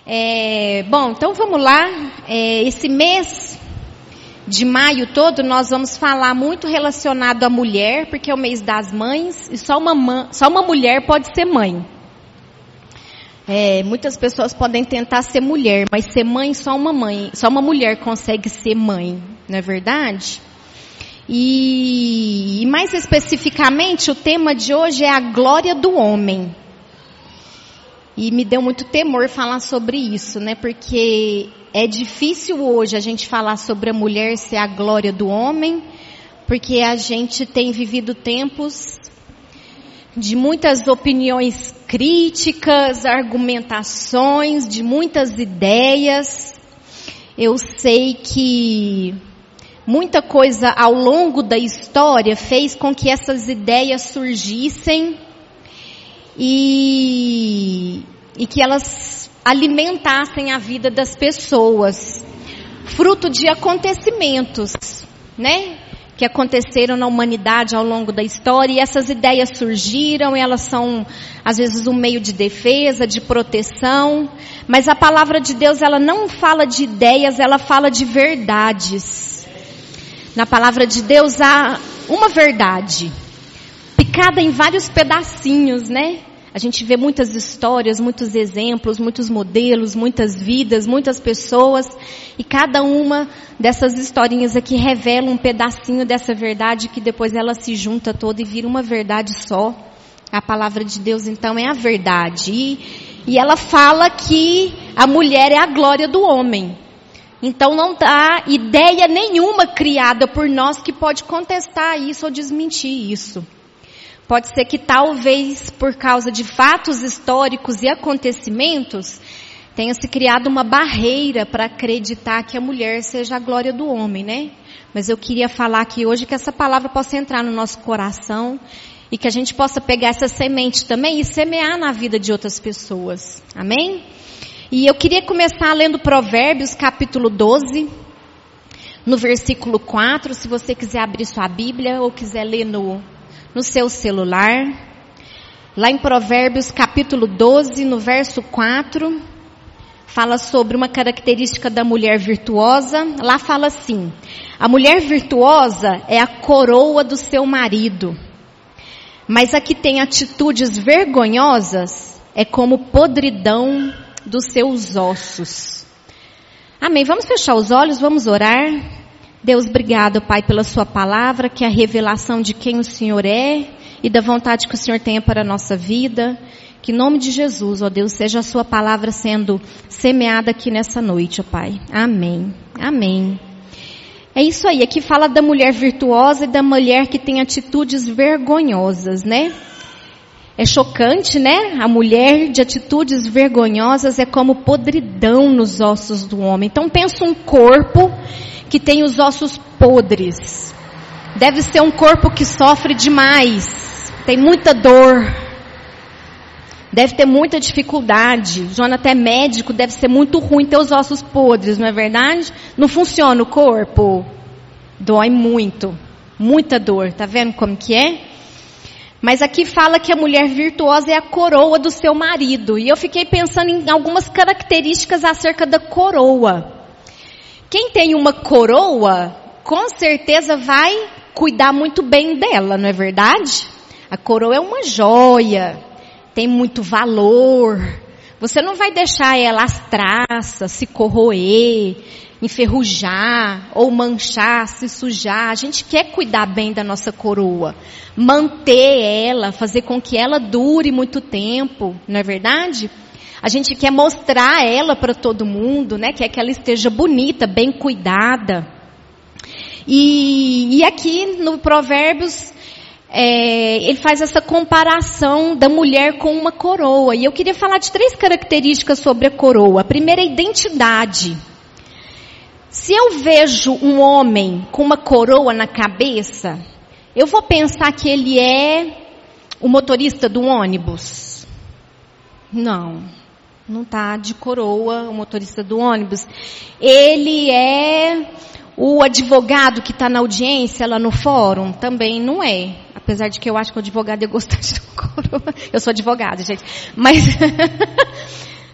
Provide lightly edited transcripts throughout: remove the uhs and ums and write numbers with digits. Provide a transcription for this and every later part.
Bom, então vamos lá. Esse mês de maio todo nós vamos falar muito relacionado à mulher, porque é o mês das mães e só uma mulher pode ser mãe. Muitas pessoas podem tentar ser mulher, mas ser mãe, só uma mulher consegue ser mãe, não é verdade? E mais especificamente, o tema de hoje é a glória do homem. E me deu muito temor falar sobre isso, né? Porque é difícil hoje a gente falar sobre a mulher ser a glória do homem, porque a gente tem vivido tempos de muitas opiniões críticas, argumentações, de muitas ideias. Eu sei que muita coisa ao longo da história fez com que essas ideias surgissem e que elas alimentassem a vida das pessoas, fruto de acontecimentos, né? Que aconteceram na humanidade ao longo da história, e essas ideias surgiram, e elas são, às vezes, um meio de defesa, de proteção, mas a palavra de Deus, ela não fala de ideias, ela fala de verdades. Na palavra de Deus há uma verdade, picada em vários pedacinhos, né? A gente vê muitas histórias, muitos exemplos, muitos modelos, muitas vidas, muitas pessoas. E cada uma dessas historinhas aqui revela um pedacinho dessa verdade que depois ela se junta toda e vira uma verdade só. A palavra de Deus então é a verdade. E ela fala que a mulher é a glória do homem. Então não há ideia nenhuma criada por nós que pode contestar isso ou desmentir isso. Pode ser que talvez por causa de fatos históricos e acontecimentos tenha se criado uma barreira para acreditar que a mulher seja a glória do homem, né? Mas eu queria falar aqui hoje que essa palavra possa entrar no nosso coração e que a gente possa pegar essa semente também e semear na vida de outras pessoas. Amém? E eu queria começar lendo Provérbios capítulo 12, no versículo 4, se você quiser abrir sua Bíblia ou quiser ler no seu celular. Lá em Provérbios capítulo 12, no verso 4, fala sobre uma característica da mulher virtuosa. Lá fala assim: a mulher virtuosa é a coroa do seu marido, mas a que tem atitudes vergonhosas é como podridão dos seus ossos. Amém. Vamos fechar os olhos, vamos orar. Deus, obrigado, Pai, pela sua palavra, que é a revelação de quem o Senhor é e da vontade que o Senhor tenha para a nossa vida. Que em nome de Jesus, ó Deus, seja a sua palavra sendo semeada aqui nessa noite, ó Pai. Amém. Amém. É isso aí, aqui fala da mulher virtuosa e da mulher que tem atitudes vergonhosas, né? É chocante, né? A mulher de atitudes vergonhosas é como podridão nos ossos do homem. Então pensa um corpo que tem os ossos podres. Deve ser um corpo que sofre demais. Tem muita dor. Deve ter muita dificuldade. Jonathan é médico, deve ser muito ruim ter os ossos podres, não é verdade? Não funciona o corpo. Dói muito. Muita dor. Tá vendo como que é? Mas aqui fala que a mulher virtuosa é a coroa do seu marido. E eu fiquei pensando em algumas características acerca da coroa. Quem tem uma coroa, com certeza vai cuidar muito bem dela, não é verdade? A coroa é uma joia, tem muito valor. Você não vai deixar ela às traças, se corroer, enferrujar ou manchar, se sujar. A gente quer cuidar bem da nossa coroa, manter ela, fazer com que ela dure muito tempo, não é verdade? A gente quer mostrar ela para todo mundo, né? Quer que ela esteja bonita, bem cuidada. E aqui no Provérbios, ele faz essa comparação da mulher com uma coroa. E eu queria falar de 3 características sobre a coroa. A primeira é a identidade. Se eu vejo um homem com uma coroa na cabeça, eu vou pensar que ele é o motorista do ônibus? Não está de coroa o motorista do ônibus. Ele é o advogado que está na audiência lá no fórum? Também não é. Apesar de que eu acho que o advogado ia gostar de coroa. Eu sou advogada, gente. Mas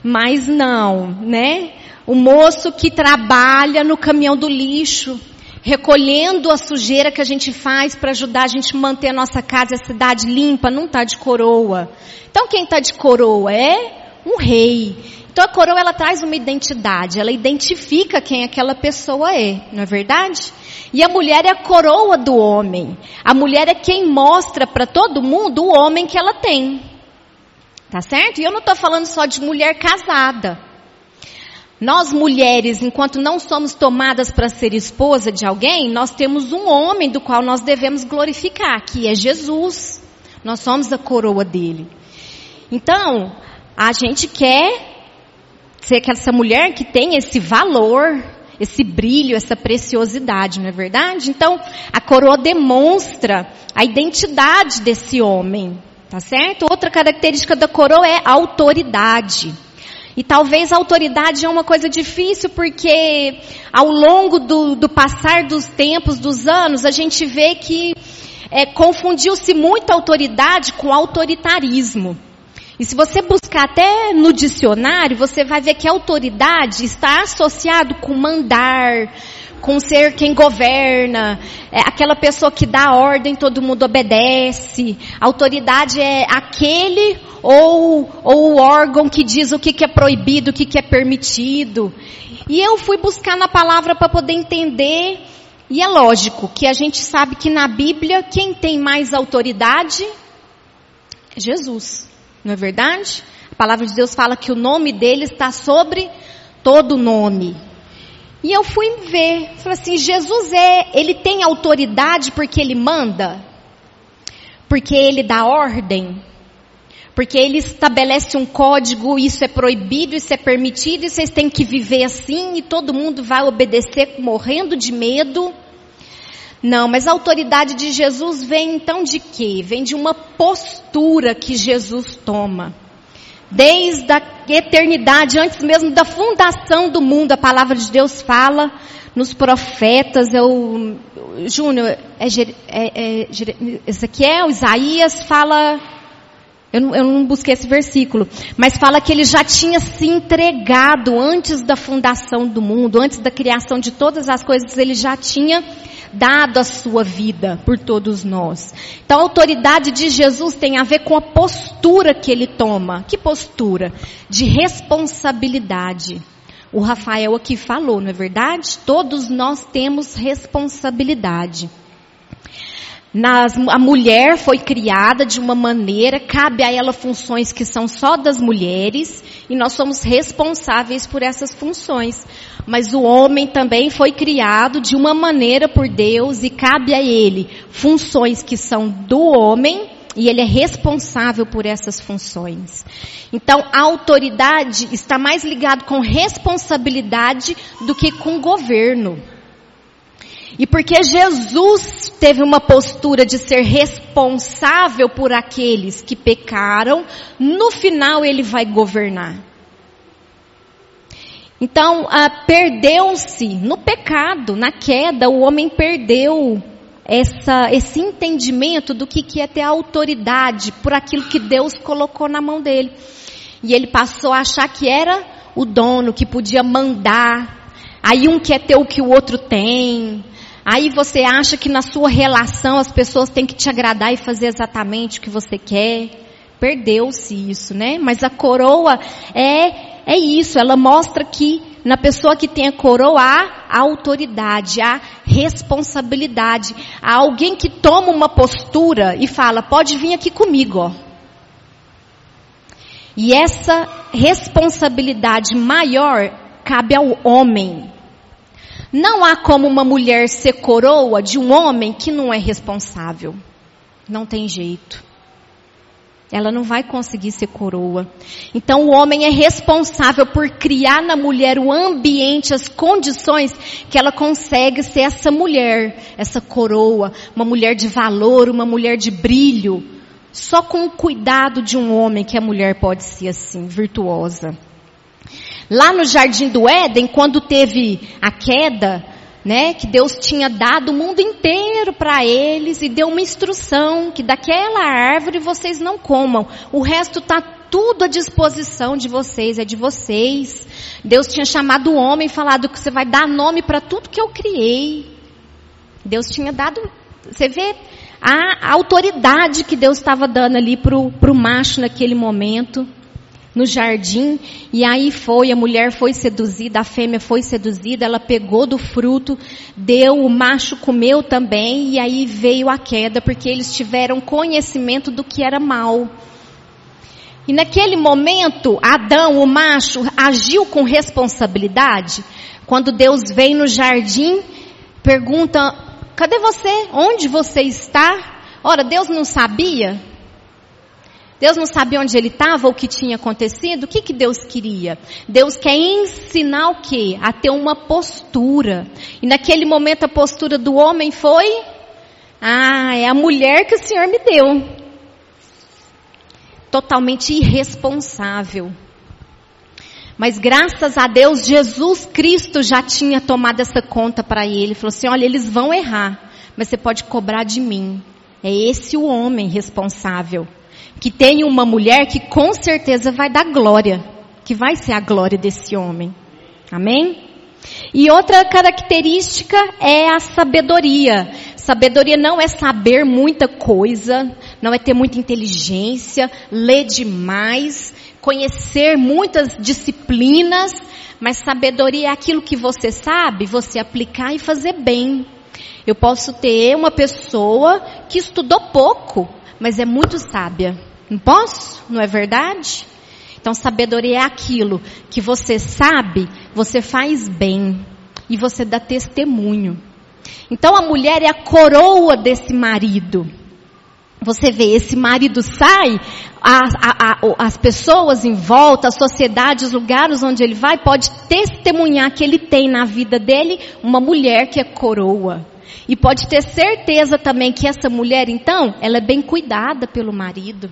Mas não, né? O moço que trabalha no caminhão do lixo, recolhendo a sujeira que a gente faz para ajudar a gente a manter a nossa casa e a cidade limpa, não está de coroa. Então quem está de coroa é um rei. Então a coroa, ela traz uma identidade, ela identifica quem aquela pessoa é, não é verdade? E a mulher é a coroa do homem. A mulher é quem mostra para todo mundo o homem que ela tem. Tá certo? E eu não estou falando só de mulher casada. Nós mulheres, enquanto não somos tomadas para ser esposa de alguém, nós temos um homem do qual nós devemos glorificar, que é Jesus. Nós somos a coroa dele. Então, a gente quer ser essa mulher que tem esse valor, esse brilho, essa preciosidade, não é verdade? Então, a coroa demonstra a identidade desse homem, tá certo? Outra característica da coroa é a autoridade. E talvez a autoridade é uma coisa difícil, porque ao longo do passar dos tempos, dos anos, a gente vê que confundiu-se muito a autoridade com autoritarismo. E se você buscar até no dicionário, você vai ver que a autoridade está associado com mandar, com ser quem governa, aquela pessoa que dá ordem, todo mundo obedece. A autoridade é aquele ou o órgão que diz o que é proibido, o que é permitido. E eu fui buscar na palavra para poder entender, e é lógico que a gente sabe que na Bíblia quem tem mais autoridade é Jesus, não é verdade? A palavra de Deus fala que o nome dele está sobre todo nome. E eu fui ver, falei assim, Jesus ele tem autoridade porque ele manda? Porque ele dá ordem? Porque ele estabelece um código, isso é proibido, isso é permitido, e vocês têm que viver assim, e todo mundo vai obedecer morrendo de medo? Não, mas a autoridade de Jesus vem então de quê? Vem de uma postura que Jesus toma. Desde a eternidade, antes mesmo da fundação do mundo, a palavra de Deus fala nos profetas, Júnior, Ezequiel, Isaías fala, eu não busquei esse versículo, mas fala que ele já tinha se entregado antes da fundação do mundo, antes da criação de todas as coisas, ele já tinha dado a sua vida por todos nós. Então a autoridade de Jesus tem a ver com a postura que ele toma. Que postura? De responsabilidade. O Rafael aqui falou, não é verdade? Todos nós temos responsabilidade. A mulher foi criada de uma maneira, cabe a ela funções que são só das mulheres, e nós somos responsáveis por essas funções. Mas o homem também foi criado de uma maneira por Deus, e cabe a ele funções que são do homem, e ele é responsável por essas funções. Então a autoridade está mais ligada com responsabilidade do que com governo. E porque Jesus teve uma postura de ser responsável por aqueles que pecaram, no final ele vai governar. Então, perdeu-se no pecado, na queda, o homem perdeu esse entendimento do que é ter autoridade por aquilo que Deus colocou na mão dele. E ele passou a achar que era o dono, que podia mandar. Aí um quer ter o que o outro tem. Aí você acha que na sua relação as pessoas têm que te agradar e fazer exatamente o que você quer. Perdeu-se isso, né? Mas a coroa é isso. Ela mostra que na pessoa que tem a coroa há a autoridade, há responsabilidade. Há alguém que toma uma postura e fala, pode vir aqui comigo, ó. E essa responsabilidade maior cabe ao homem. Não há como uma mulher ser coroa de um homem que não é responsável. Não tem jeito. Ela não vai conseguir ser coroa. Então o homem é responsável por criar na mulher o ambiente, as condições que ela consegue ser essa mulher, essa coroa, uma mulher de valor, uma mulher de brilho. Só com o cuidado de um homem que a mulher pode ser assim, virtuosa. Lá no Jardim do Éden, quando teve a queda, né, que Deus tinha dado o mundo inteiro para eles e deu uma instrução que daquela árvore vocês não comam. O resto está tudo à disposição de vocês, é de vocês. Deus tinha chamado o homem e falado que você vai dar nome para tudo que eu criei. Deus tinha dado, você vê a autoridade que Deus estava dando ali para o macho naquele momento, no jardim. E aí a mulher foi seduzida, a fêmea foi seduzida, ela pegou do fruto, deu, o macho comeu também, e aí veio a queda, porque eles tiveram conhecimento do que era mal. E naquele momento, Adão, o macho, agiu com responsabilidade. Quando Deus vem no jardim, pergunta: cadê você? Onde você está? Ora, Deus não sabia? Deus não sabia onde ele estava, o que tinha acontecido? O que Deus queria? Deus quer ensinar o quê? A ter uma postura. E naquele momento a postura do homem foi: é a mulher que o Senhor me deu. Totalmente irresponsável. Mas graças a Deus, Jesus Cristo já tinha tomado essa conta para ele. Ele falou assim: olha, eles vão errar, mas você pode cobrar de mim. É esse o homem responsável. Que tem uma mulher que com certeza vai dar glória. Que vai ser a glória desse homem. Amém? E outra característica é a sabedoria. Sabedoria não é saber muita coisa, não é ter muita inteligência, ler demais, conhecer muitas disciplinas, mas sabedoria é aquilo que você sabe, você aplicar e fazer bem. Eu posso ter uma pessoa que estudou pouco, mas é muito sábia. Não posso? Não é verdade? Então sabedoria é aquilo que você sabe, você faz bem e você dá testemunho. Então a mulher é a coroa desse marido. Você vê, esse marido sai, as pessoas em volta, a sociedade, os lugares onde ele vai, pode testemunhar que ele tem na vida dele uma mulher que é coroa. E pode ter certeza também que essa mulher, então, ela é bem cuidada pelo marido.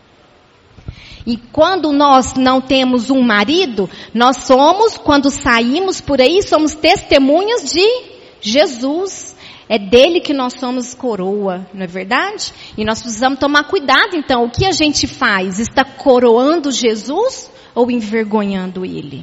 E quando nós não temos um marido, nós somos, quando saímos por aí, somos testemunhas de Jesus. É dele que nós somos coroa, não é verdade? E nós precisamos tomar cuidado, então. O que a gente faz? Está coroando Jesus ou envergonhando ele?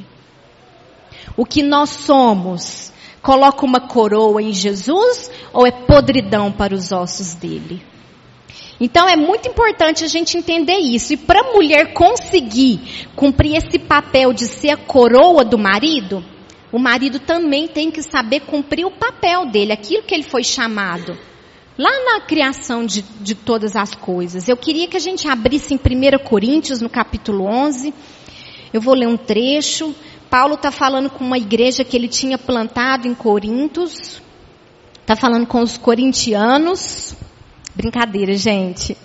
O que nós somos? Coloca uma coroa em Jesus ou é podridão para os ossos dele? Então é muito importante a gente entender isso. E para a mulher conseguir cumprir esse papel de ser a coroa do marido, o marido também tem que saber cumprir o papel dele, aquilo que ele foi chamado. Lá na criação de todas as coisas. Eu queria que a gente abrisse em 1 Coríntios, no capítulo 11. Eu vou ler um trecho. Paulo está falando com uma igreja que ele tinha plantado em Corintos. Está falando com os corintianos. Brincadeira, gente.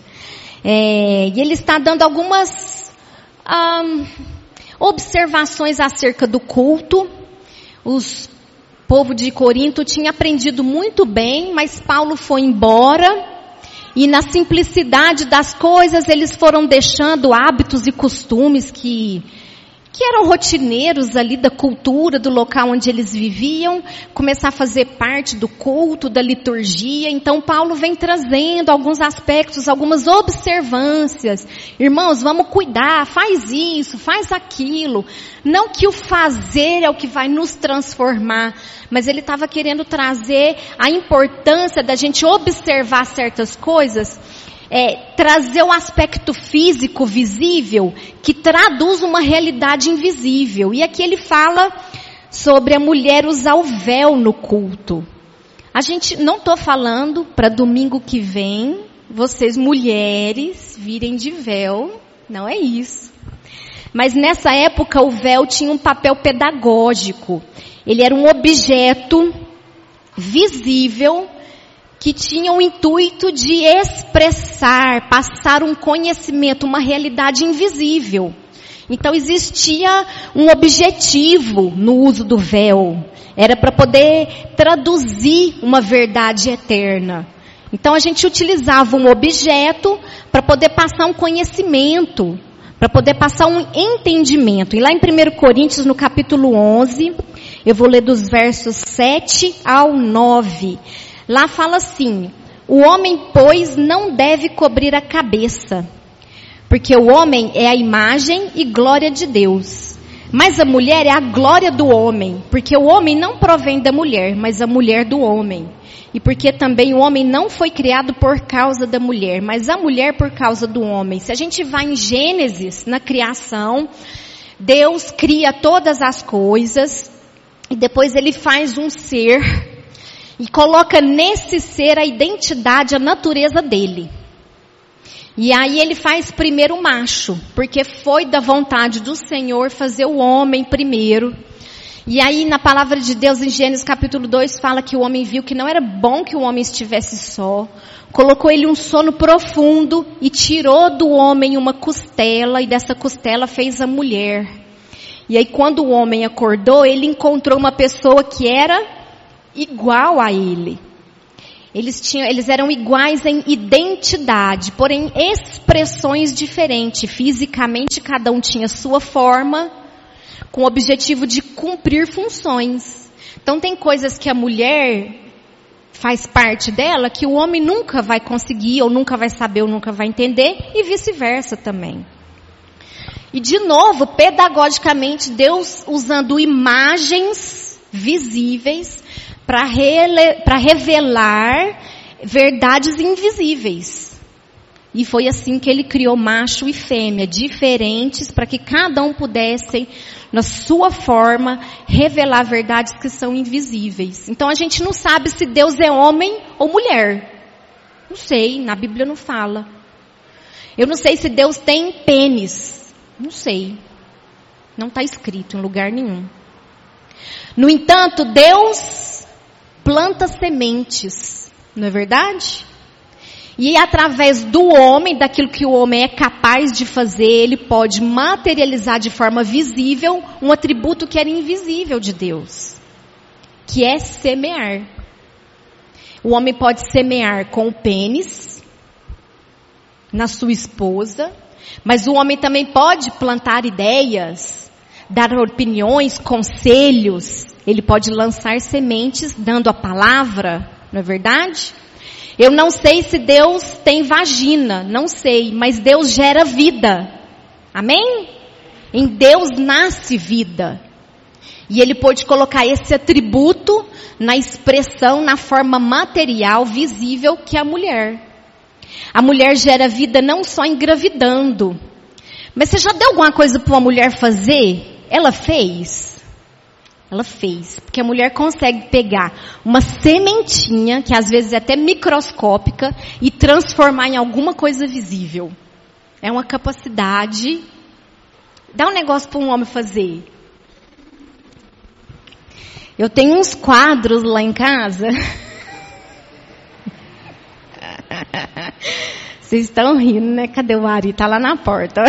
E ele está dando algumas observações acerca do culto. O povo de Corinto tinha aprendido muito bem, mas Paulo foi embora. E na simplicidade das coisas, eles foram deixando hábitos e costumes que eram rotineiros ali da cultura, do local onde eles viviam, começar a fazer parte do culto, da liturgia. Então Paulo vem trazendo alguns aspectos, algumas observâncias. Irmãos, vamos cuidar, faz isso, faz aquilo. Não que o fazer é o que vai nos transformar, mas ele estava querendo trazer a importância da gente observar certas coisas, trazer o aspecto físico visível que traduz uma realidade invisível. E aqui ele fala sobre a mulher usar o véu no culto. A gente não estou falando para domingo que vem vocês mulheres virem de véu, não é isso. Mas nessa época o véu tinha um papel pedagógico. Ele era um objeto visível que tinha o intuito de expressar, passar um conhecimento, uma realidade invisível. Então existia um objetivo no uso do véu. Era para poder traduzir uma verdade eterna. Então a gente utilizava um objeto para poder passar um conhecimento, para poder passar um entendimento. E lá em 1 Coríntios, no capítulo 11, eu vou ler dos versos 7 ao 9. Lá fala assim: o homem, pois, não deve cobrir a cabeça, Porque o homem é a imagem e glória de Deus. Mas a mulher é a glória do homem. Porque o homem não provém da mulher, mas a mulher do homem. E porque também o homem não foi criado por causa da mulher, mas a mulher por causa do homem. Se a gente vai em Gênesis, na criação, Deus cria todas as coisas. E depois ele faz um ser. E coloca nesse ser a identidade, a natureza dele. E aí ele faz primeiro o macho, porque foi da vontade do Senhor fazer o homem primeiro. E aí na palavra de Deus em Gênesis capítulo 2 fala que o homem viu que não era bom que o homem estivesse só. Colocou ele um sono profundo e tirou do homem uma costela e dessa costela fez a mulher. E aí quando o homem acordou, ele encontrou uma pessoa que era igual a ele. Eles eram iguais em identidade, porém expressões diferentes. Fisicamente cada um tinha sua forma, com o objetivo de cumprir funções. Então tem coisas que a mulher faz parte dela que o homem nunca vai conseguir, ou nunca vai saber, ou nunca vai entender, e vice-versa também. E de novo, pedagogicamente, Deus usando imagens visíveis para revelar verdades invisíveis. E foi assim que ele criou macho e fêmea, diferentes, para que cada um pudesse, na sua forma, revelar verdades que são invisíveis. Então a gente não sabe se Deus é homem ou mulher. Não sei, na Bíblia não fala. Eu não sei se Deus tem pênis. Não sei. Não está escrito em lugar nenhum. No entanto, Deus planta sementes, não é verdade? E através do homem, daquilo que o homem é capaz de fazer, ele pode materializar de forma visível um atributo que era invisível de Deus, que é semear. O homem pode semear com o pênis, na sua esposa, mas o homem também pode plantar ideias, dar opiniões, conselhos. Ele pode lançar sementes dando a palavra, não é verdade? Eu não sei se Deus tem vagina, não sei, mas Deus gera vida. Amém? Em Deus nasce vida. E Ele pode colocar esse atributo na expressão, na forma material, visível, que é a mulher. A mulher gera vida não só engravidando. Mas você já deu alguma coisa para uma mulher fazer? Ela fez. Ela fez. Porque a mulher consegue pegar uma sementinha, que às vezes é até microscópica, e transformar em alguma coisa visível. É uma capacidade. Dá um negócio para um homem fazer. Eu tenho uns quadros lá em casa. Vocês estão rindo, né? Cadê o Ari? Tá lá na porta.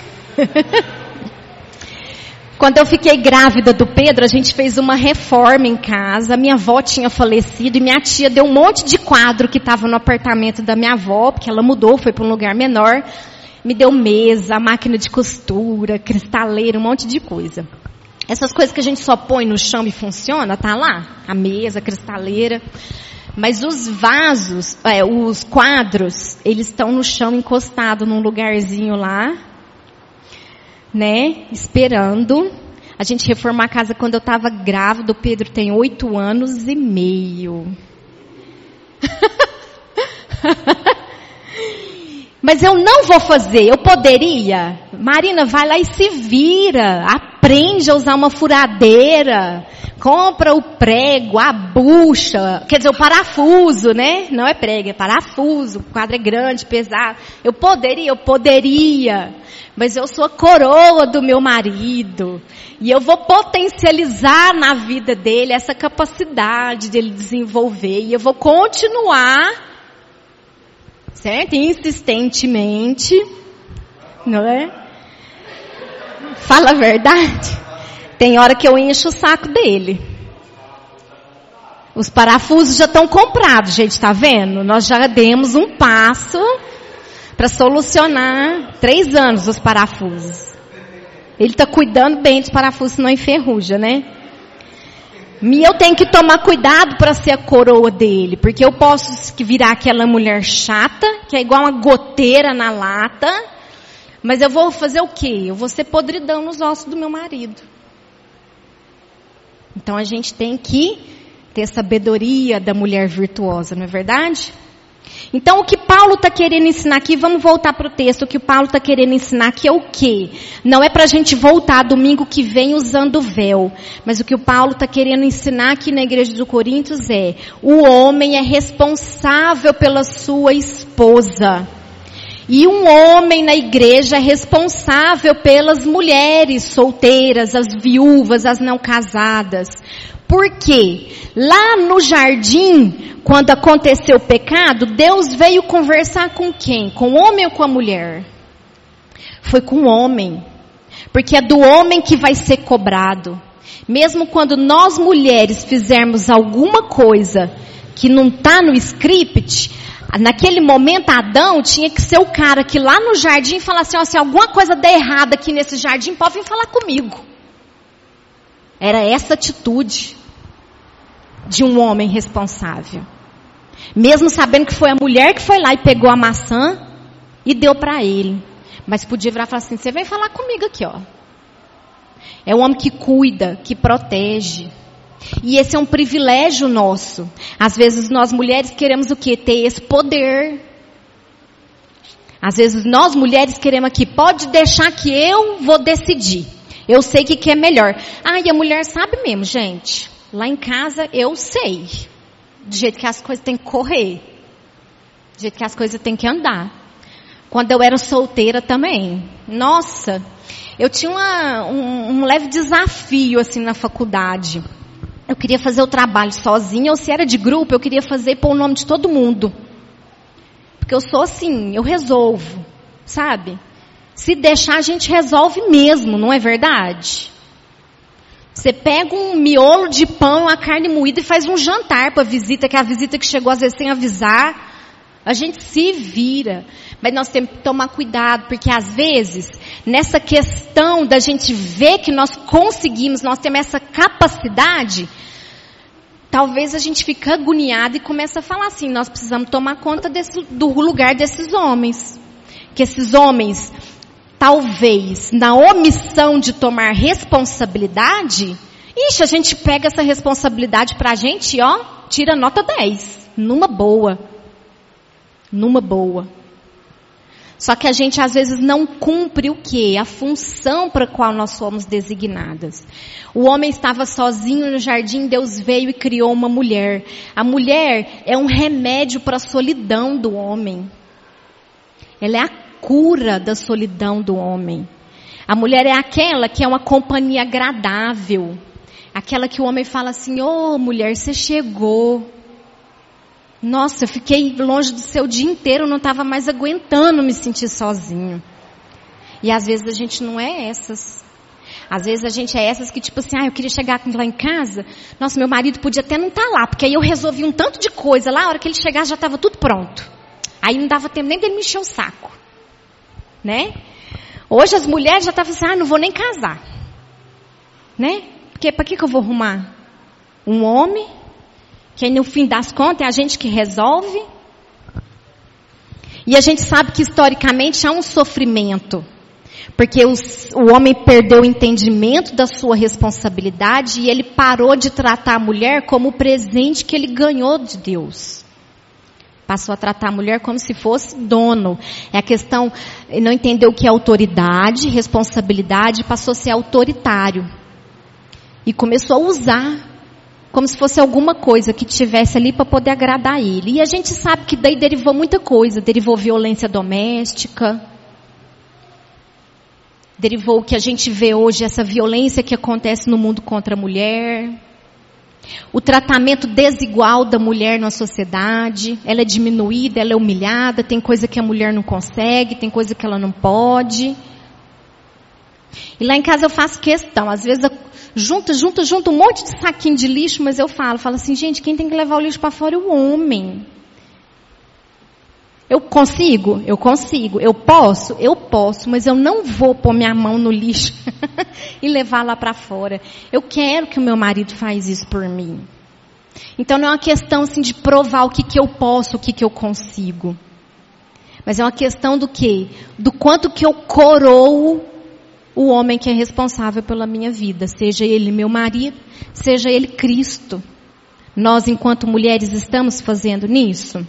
Quando eu fiquei grávida do Pedro, a gente fez uma reforma em casa. Minha avó tinha falecido e minha tia deu um monte de quadro que estava no apartamento da minha avó, porque ela mudou, foi para um lugar menor. Me deu mesa, máquina de costura, cristaleira, um monte de coisa. Essas coisas que a gente só põe no chão e funciona, tá lá? A mesa, a cristaleira. Mas os vasos, os quadros, eles estão no chão encostado num lugarzinho lá, né? Esperando. A gente reformou a casa quando eu estava grávida. O Pedro tem 8 anos e meio. Mas eu não vou fazer. Eu poderia? Marina, vai lá e se vira. Aprende a usar uma furadeira. Compra o prego, a bucha. Quer dizer, o parafuso, né? Não é prego, é parafuso. O quadro é grande, pesado. Eu poderia. Mas eu sou a coroa do meu marido. E eu vou potencializar na vida dele essa capacidade de ele desenvolver. E eu vou continuar, certo? Insistentemente. Não é? Fala a verdade. Tem hora que eu encho o saco dele. Os parafusos já estão comprados, gente, tá vendo? Nós já demos um passo para solucionar 3 anos os parafusos. Ele está cuidando bem dos parafusos, não enferruja, né? E eu tenho que tomar cuidado para ser a coroa dele, porque eu posso virar aquela mulher chata, que é igual uma goteira na lata, Mas eu vou fazer o quê? Eu vou ser podridão nos ossos do meu marido. Então a gente tem que ter sabedoria da mulher virtuosa, não é verdade? Então o que Paulo está querendo ensinar aqui, vamos voltar para o texto, o que Paulo está querendo ensinar aqui é o quê? Não é para a gente voltar domingo que vem usando véu, mas o que o Paulo está querendo ensinar aqui na igreja de Coríntios é, o homem é responsável pela sua esposa. E um homem na igreja é responsável pelas mulheres solteiras, as viúvas, as não casadas. Por quê? Lá no jardim, quando aconteceu o pecado, Deus veio conversar com quem? Com o homem ou com a mulher? Foi com o homem. Porque é do homem que vai ser cobrado. Mesmo quando nós mulheres fizermos alguma coisa que não está no script, naquele momento Adão tinha que ser o cara que lá no jardim falasse assim, ó, se alguma coisa der errado aqui nesse jardim, pode vir falar comigo. Era essa atitude de um homem responsável. Mesmo sabendo que foi a mulher que foi lá e pegou a maçã e deu para ele. Mas podia virar e falar assim, você vem falar comigo aqui, ó. É um homem que cuida, que protege. E esse é um privilégio nosso. Às vezes nós mulheres queremos o quê? Ter esse poder. Às vezes nós mulheres queremos aqui, pode deixar que eu vou decidir. Eu sei o que é melhor. E a mulher sabe mesmo, gente. Lá em casa eu sei. Do jeito que as coisas têm que correr. Do jeito que as coisas têm que andar. Quando eu era solteira também. Nossa, eu tinha um leve desafio assim na faculdade. Eu queria fazer o trabalho sozinha, ou se era de grupo, eu queria fazer pôr o nome de todo mundo. Porque eu sou assim, eu resolvo, sabe? Se deixar, a gente resolve mesmo, não é verdade? Você pega um miolo de pão e uma carne moída e faz um jantar para a visita, que é a visita que chegou às vezes sem avisar. A gente se vira. Mas nós temos que tomar cuidado, porque às vezes, nessa questão da gente ver que nós conseguimos, nós temos essa capacidade, talvez a gente fique agoniado e comece a falar assim, nós precisamos tomar conta do lugar desses homens. Que esses homens, talvez, na omissão de tomar responsabilidade, a gente pega essa responsabilidade pra gente, ó, tira nota 10, numa boa. Numa boa. Só que a gente às vezes não cumpre o quê? A função para a qual nós fomos designadas. O homem estava sozinho no jardim, Deus veio e criou uma mulher. A mulher é um remédio para a solidão do homem. Ela é a cura da solidão do homem. A mulher é aquela que é uma companhia agradável. Aquela que o homem fala assim, ô mulher, você chegou. Nossa, eu fiquei longe do seu dia inteiro, eu não estava mais aguentando me sentir sozinho. E às vezes a gente não é essas. Às vezes a gente é essas que tipo assim, eu queria chegar lá em casa. Nossa, meu marido podia até não estar lá, porque aí eu resolvi um tanto de coisa lá, a hora que ele chegar já estava tudo pronto. Aí não dava tempo nem dele me encher o saco. Né? Hoje as mulheres já estavam assim, não vou nem casar. Né? Porque para que eu vou arrumar um homem? Que aí no fim das contas é a gente que resolve. E a gente sabe que historicamente há um sofrimento. Porque o homem perdeu o entendimento da sua responsabilidade e ele parou de tratar a mulher como o presente que ele ganhou de Deus. Passou a tratar a mulher como se fosse dono. É a questão, não entendeu o que é autoridade, responsabilidade, passou a ser autoritário. E começou a usar como se fosse alguma coisa que tivesse ali para poder agradar ele. E a gente sabe que daí derivou muita coisa. Derivou violência doméstica. Derivou o que a gente vê hoje, essa violência que acontece no mundo contra a mulher. O tratamento desigual da mulher na sociedade. Ela é diminuída, ela é humilhada. Tem coisa que a mulher não consegue, tem coisa que ela não pode. E lá em casa eu faço questão. Às vezes junto um monte de saquinho de lixo, mas eu falo assim, gente, quem tem que levar o lixo para fora é o homem. Eu consigo? Eu consigo. Eu posso, mas eu não vou pôr minha mão no lixo e levar lá para fora. Eu quero que o meu marido faz isso por mim. Então não é uma questão assim de provar o que eu posso, o que eu consigo. Mas é uma questão do quê? Do quanto que eu coroo o homem que é responsável pela minha vida. Seja ele meu marido, seja ele Cristo. Nós, enquanto mulheres, estamos fazendo nisso?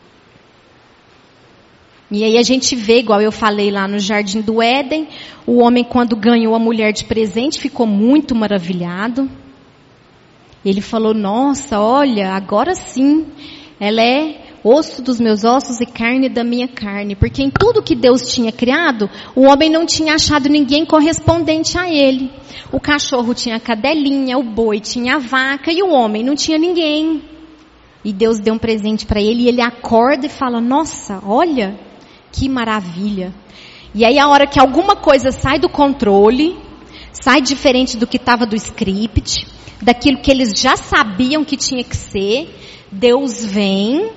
E aí a gente vê, igual eu falei lá no Jardim do Éden, o homem, quando ganhou a mulher de presente, ficou muito maravilhado. Ele falou, nossa, olha, agora sim, ela é osso dos meus ossos e carne da minha carne. Porque em tudo que Deus tinha criado, o homem não tinha achado ninguém correspondente a ele. O cachorro tinha a cadelinha, o boi tinha a vaca e o homem não tinha ninguém. E Deus deu um presente para ele e ele acorda e fala, nossa, olha, que maravilha. E aí a hora que alguma coisa sai do controle, sai diferente do que estava do script, daquilo que eles já sabiam que tinha que ser, Deus vem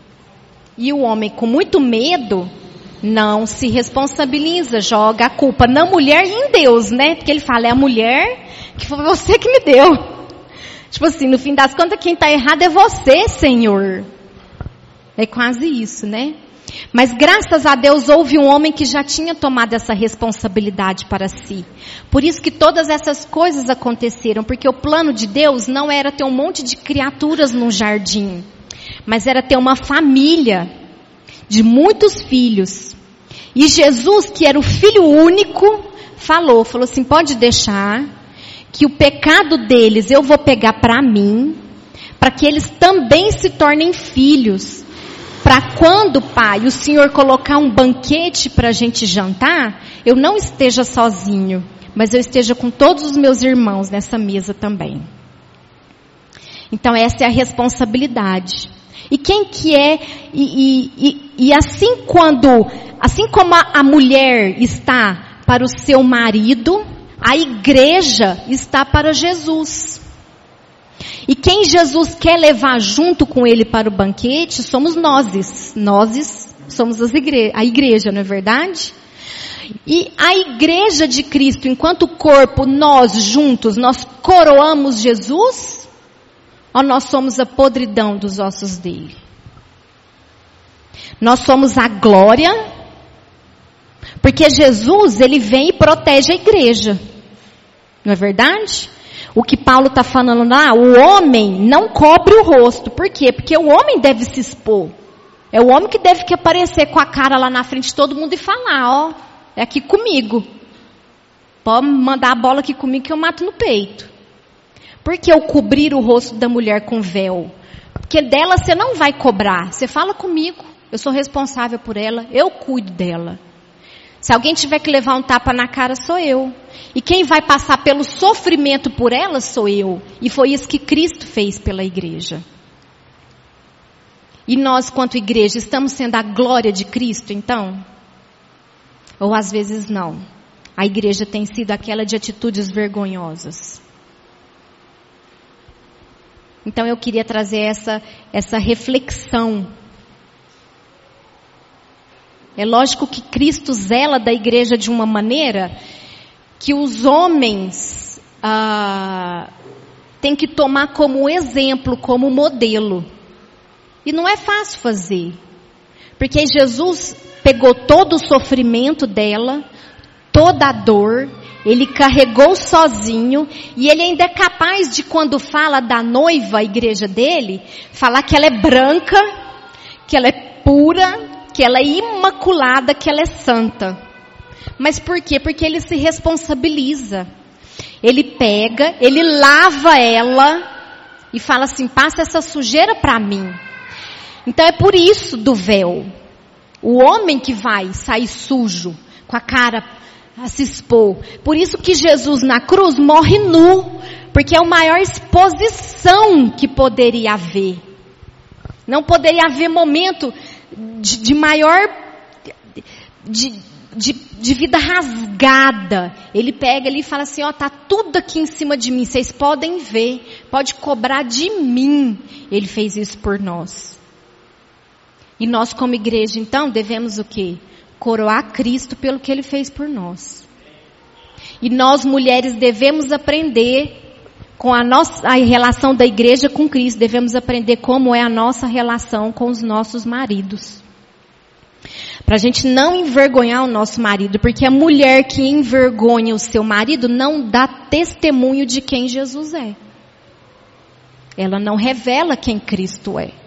e o homem, com muito medo, não se responsabiliza, joga a culpa na mulher e em Deus, né? Porque ele fala, é a mulher que foi você que me deu. Tipo assim, no fim das contas, quem está errado é você, Senhor. É quase isso, né? Mas graças a Deus houve um homem que já tinha tomado essa responsabilidade para si. Por isso que todas essas coisas aconteceram, porque o plano de Deus não era ter um monte de criaturas num jardim, mas era ter uma família de muitos filhos. E Jesus, que era o filho único, falou assim, pode deixar que o pecado deles eu vou pegar para mim, para que eles também se tornem filhos. Para quando, Pai, o Senhor colocar um banquete para a gente jantar, eu não esteja sozinho, mas eu esteja com todos os meus irmãos nessa mesa também. Então essa é a responsabilidade. E quem que é, e assim como a mulher está para o seu marido, a igreja está para Jesus. E quem Jesus quer levar junto com ele para o banquete somos nós. Nós somos a igreja, não é verdade? E a igreja de Cristo, enquanto corpo, nós juntos, nós coroamos Jesus? Ou nós somos a podridão dos ossos dele? Nós somos a glória, porque Jesus, ele vem e protege a igreja. Não é verdade? O que Paulo está falando lá, o homem não cobre o rosto. Por quê? Porque o homem deve se expor. É o homem que deve que aparecer com a cara lá na frente de todo mundo e falar, ó, é aqui comigo. Pode mandar a bola aqui comigo que eu mato no peito. Por que eu cobrir o rosto da mulher com véu? Porque dela você não vai cobrar. Você fala comigo, eu sou responsável por ela, eu cuido dela. Se alguém tiver que levar um tapa na cara, sou eu. E quem vai passar pelo sofrimento por ela, sou eu. E foi isso que Cristo fez pela igreja. E nós, quanto igreja, estamos sendo a glória de Cristo, então? Ou às vezes não. A igreja tem sido aquela de atitudes vergonhosas. Então eu queria trazer essa reflexão. É lógico que Cristo zela da igreja de uma maneira que os homens têm que tomar como exemplo, como modelo. E não é fácil fazer. Porque Jesus pegou todo o sofrimento dela, toda a dor, ele carregou sozinho, e ele ainda é capaz de, quando fala da noiva, a igreja dele, falar que ela é branca, que ela é pura, que ela é imaculada, que ela é santa. Mas por quê? Porque ele se responsabiliza. Ele pega, ele lava ela e fala assim, passa essa sujeira para mim. Então é por isso do véu. O homem que vai sair sujo, com a cara a se expor. Por isso que Jesus na cruz morre nu, porque é a maior exposição que poderia haver. Não poderia haver momento de maior, de vida rasgada. Ele pega ali e fala assim, ó, tá tudo aqui em cima de mim, vocês podem ver, pode cobrar de mim. Ele fez isso por nós. E nós como igreja, então, devemos o quê? Coroar Cristo pelo que Ele fez por nós. E nós mulheres devemos aprender com a relação da igreja com Cristo, devemos aprender como é a nossa relação com os nossos maridos. Para a gente não envergonhar o nosso marido, porque a mulher que envergonha o seu marido não dá testemunho de quem Jesus é. Ela não revela quem Cristo é.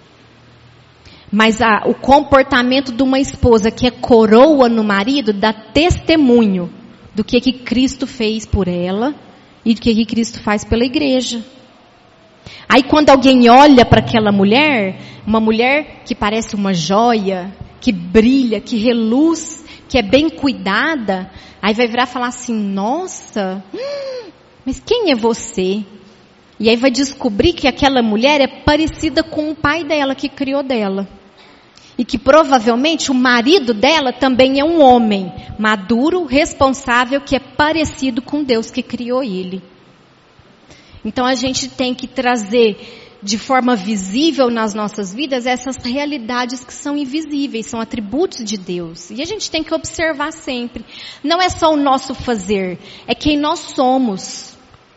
Mas o comportamento de uma esposa que é coroa no marido dá testemunho do que Cristo fez por ela e do que Cristo faz pela igreja. Aí quando alguém olha para aquela mulher, uma mulher que parece uma joia, que brilha, que reluz, que é bem cuidada, aí vai virar e falar assim, nossa, mas quem é você? E aí vai descobrir que aquela mulher é parecida com o pai dela, que criou dela. E que provavelmente o marido dela também é um homem maduro, responsável, que é parecido com Deus que criou ele. Então a gente tem que trazer de forma visível nas nossas vidas essas realidades que são invisíveis, são atributos de Deus. E a gente tem que observar sempre. Não é só o nosso fazer, é quem nós somos.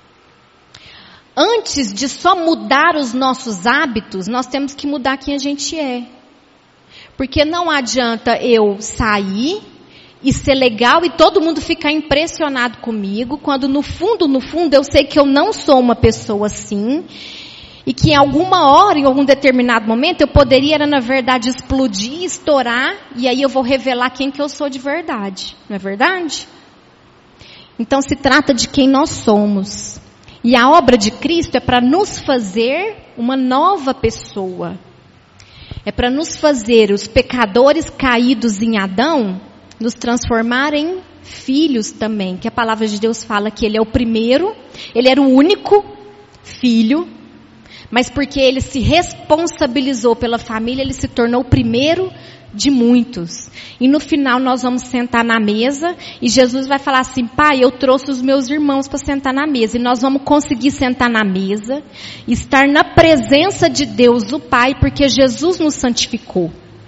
Antes de só mudar os nossos hábitos, nós temos que mudar quem a gente é. Porque não adianta eu sair e ser legal e todo mundo ficar impressionado comigo, quando no fundo eu sei que eu não sou uma pessoa assim, e que em alguma hora, em algum determinado momento, eu poderia, na verdade, explodir, estourar, e aí eu vou revelar quem que eu sou de verdade. Não é verdade? Então se trata de quem nós somos. E a obra de Cristo é para nos fazer uma nova pessoa. É para nos fazer, os pecadores caídos em Adão, nos transformar em filhos também. Que a palavra de Deus fala que ele é o primeiro, ele era o único filho, mas porque ele se responsabilizou pela família, ele se tornou o primeiro de muitos. E no final nós vamos sentar na mesa e Jesus vai falar assim, pai, eu trouxe os meus irmãos para sentar na mesa. E nós vamos conseguir sentar na mesa, estar na presença de Deus, o Pai, porque Jesus nos santificou.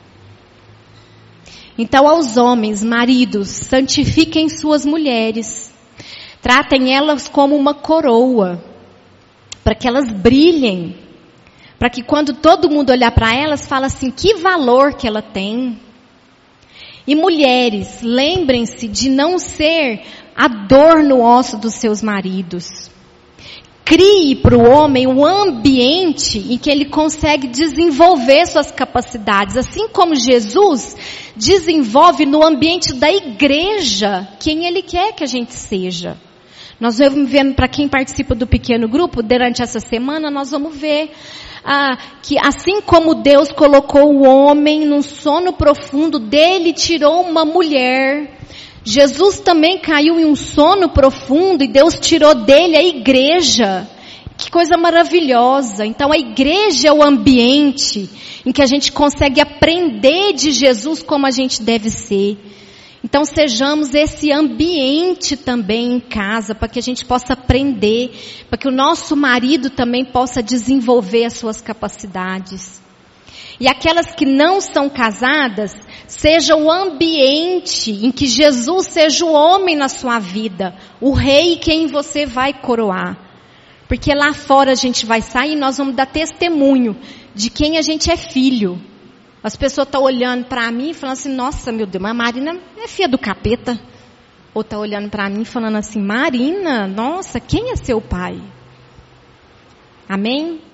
Então aos homens, maridos, santifiquem suas mulheres. Tratem elas como uma coroa, para que elas brilhem. Para que quando todo mundo olhar para elas, fala assim, que valor que ela tem. E mulheres, lembrem-se de não ser a dor no osso dos seus maridos. Crie para o homem um ambiente em que ele consegue desenvolver suas capacidades. Assim como Jesus desenvolve no ambiente da igreja quem ele quer que a gente seja. Nós vamos vendo, para quem participa do pequeno grupo, durante essa semana, nós vamos ver que assim como Deus colocou o homem num sono profundo, dele tirou uma mulher. Jesus também caiu em um sono profundo e Deus tirou dele a igreja. Que coisa maravilhosa. Então a igreja é o ambiente em que a gente consegue aprender de Jesus como a gente deve ser. Então sejamos esse ambiente também em casa, para que a gente possa aprender, para que o nosso marido também possa desenvolver as suas capacidades. E aquelas que não são casadas, seja o ambiente em que Jesus seja o homem na sua vida, o rei quem você vai coroar. Porque lá fora a gente vai sair e nós vamos dar testemunho de quem a gente é filho. As pessoas estão olhando para mim e falando assim, nossa, meu Deus, mas a Marina é filha do capeta. Ou está olhando para mim falando assim, Marina, nossa, quem é seu pai? Amém?